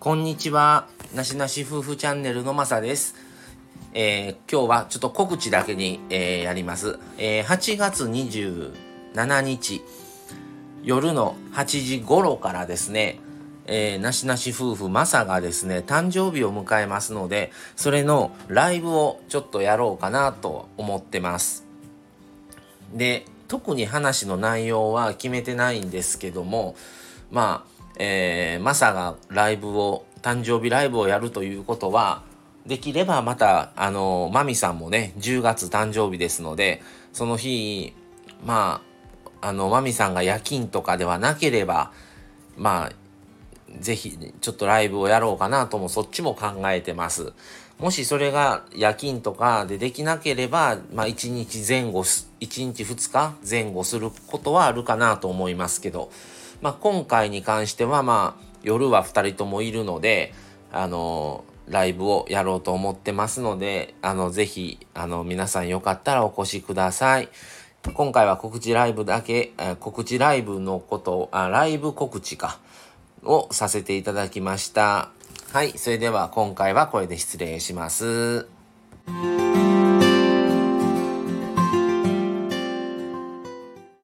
こんにちは。なしなし夫婦チャンネルのまさです。今日はちょっと告知だけに、やります。8月27日夜の8時頃からですね、なしなし夫婦まさがですね、誕生日を迎えますので、それのライブをちょっとやろうかなと思ってます。で、特に話の内容は決めてないんですけども、マサが誕生日ライブをやるということは、できればまた、マミさんもね、10月誕生日ですので、その日、マミさんが夜勤とかではなければ、ぜひ、ちょっとライブをやろうかなとも、そっちも考えてます。もしそれが夜勤とかでできなければ、1日2日前後することはあるかなと思いますけど、今回に関しては、夜は2人ともいるので、ライブをやろうと思ってますので、ぜひ、皆さんよかったらお越しください。今回は告知ライブのこと、ライブ告知をさせていただきました。はい、それでは今回はこれで失礼します。